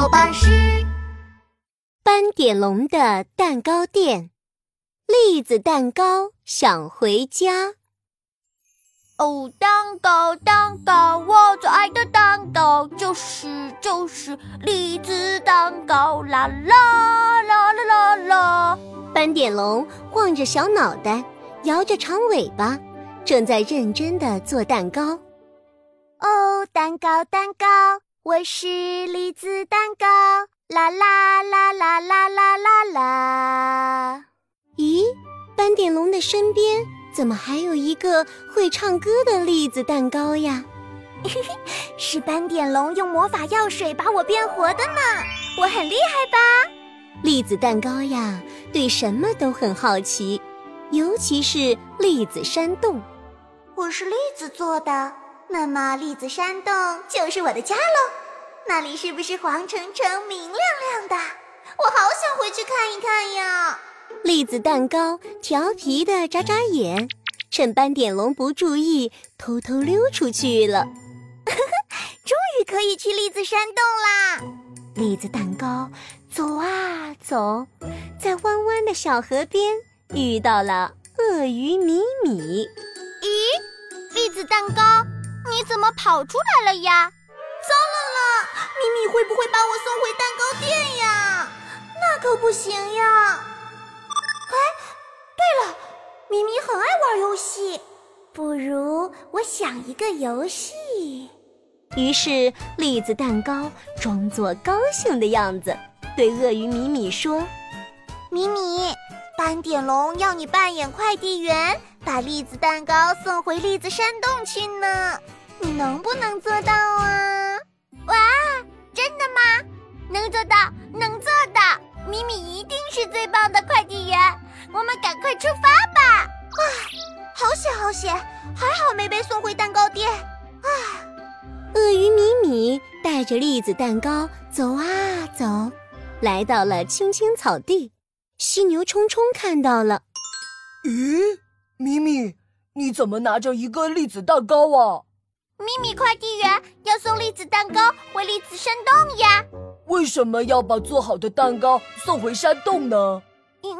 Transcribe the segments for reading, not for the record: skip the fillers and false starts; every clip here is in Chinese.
巴士。 斑点龙的蛋糕店，栗子蛋糕想回家。 哦，蛋糕，蛋糕，我最爱的蛋糕就是栗子蛋糕，啦啦啦啦啦啦。 斑点龙晃着小脑袋，摇着长尾巴，正在认真地做蛋糕。 哦，蛋糕，蛋糕，我是栗子蛋糕，啦啦啦啦啦啦啦啦。 咦，斑点龙的身边怎么还有一个会唱歌的栗子蛋糕呀？ 是斑点龙用魔法药水把我变活的呢，我很厉害吧？ 栗子蛋糕呀，对什么都很好奇，尤其是栗子山洞。 我是栗子做的，那么栗子山洞就是我的家喽。那里是不是黄澄澄、明亮亮的？我好想回去看一看呀！ 栗子蛋糕调皮地眨眨眼，趁斑点龙不注意，偷偷溜出去了。 终于可以去栗子山洞啦！ 栗子蛋糕走啊走，在弯弯的小河边遇到了鳄鱼米米。 咦，栗子蛋糕，你怎么跑出来了呀？ 糟了，米米会不会把我送回蛋糕店呀？那可不行呀！哎，对了，米米很爱玩游戏，不如我想一个游戏。 于是栗子蛋糕装作高兴的样子，对鳄鱼米米说： 米米，斑点龙要你扮演快递员，把栗子蛋糕送回栗子山洞去呢，你能不能做到啊？ 哇，真的吗？能做到，能做到！米米一定是最棒的快递员，我们赶快出发吧！ 哇，好险好险，还好没被送回蛋糕店。 鳄鱼米米带着栗子蛋糕走啊走，来到了青青草地。犀牛冲冲看到了。 咦，米米，你怎么拿着一个栗子蛋糕啊？ 米米快递员要送栗子蛋糕回栗子山洞呀。 为什么要把做好的蛋糕送回山洞呢？ 因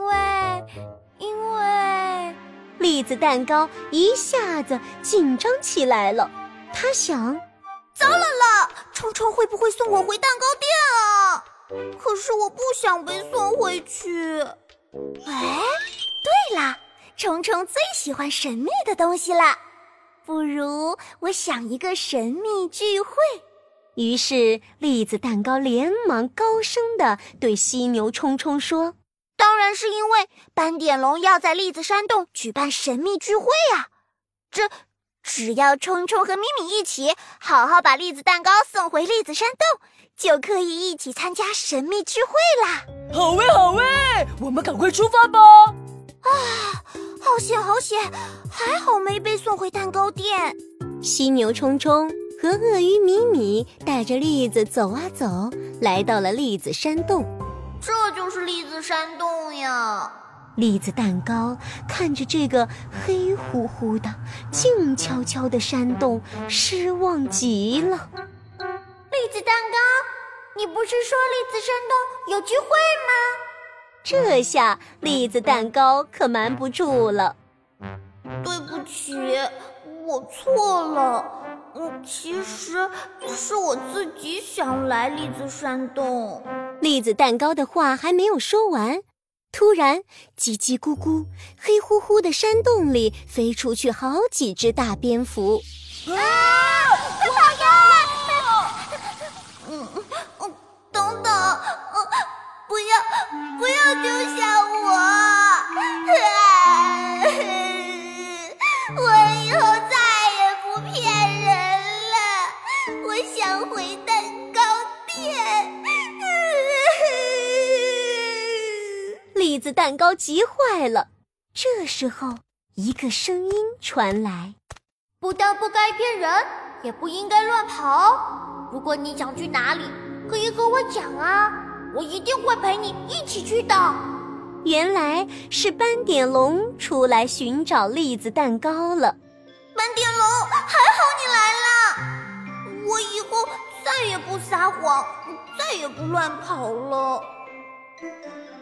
为栗子蛋糕一下子紧张起来了。他想， 糟了，冲冲会不会送我回蛋糕店啊？可是我不想被送回去。哎，对了，冲冲最喜欢神秘的东西了，不如我想一个神秘聚会。 于是栗子蛋糕连忙高声地对犀牛冲冲说： 当然是因为斑点龙要在栗子山洞举办神秘聚会啊！只要冲冲和米米一起好好把栗子蛋糕送回栗子山洞，就可以一起参加神秘聚会啦！ 好喂，我们赶快出发吧！ 好险好险，还好没被送回蛋糕店。 犀牛冲冲和鳄鱼米米带着栗子走啊走，来到了栗子山洞。 这就是栗子山洞呀！ 栗子蛋糕看着这个黑乎乎的、静悄悄的山洞，失望极了。 栗子蛋糕，你不是说栗子山洞有聚会吗？ 这下栗子蛋糕可瞒不住了。 对不起，我错了。其实是我自己想来栗子山洞。 栗子蛋糕的话还没有说完，突然叽叽咕咕，黑乎乎的山洞里飞出去好几只大蝙蝠。 快跑呀！ 等等，不要丢下我！我以后再也不骗人了，我想回蛋糕店。 栗子蛋糕急坏了。这时候，一个声音传来： 不但不该骗人，也不应该乱跑。如果你想去哪里，可以和我讲啊，我一定会陪你一起去的。 原来是斑点龙出来寻找栗子蛋糕了。 斑点龙，还好你来了，我以后再也不撒谎，再也不乱跑了。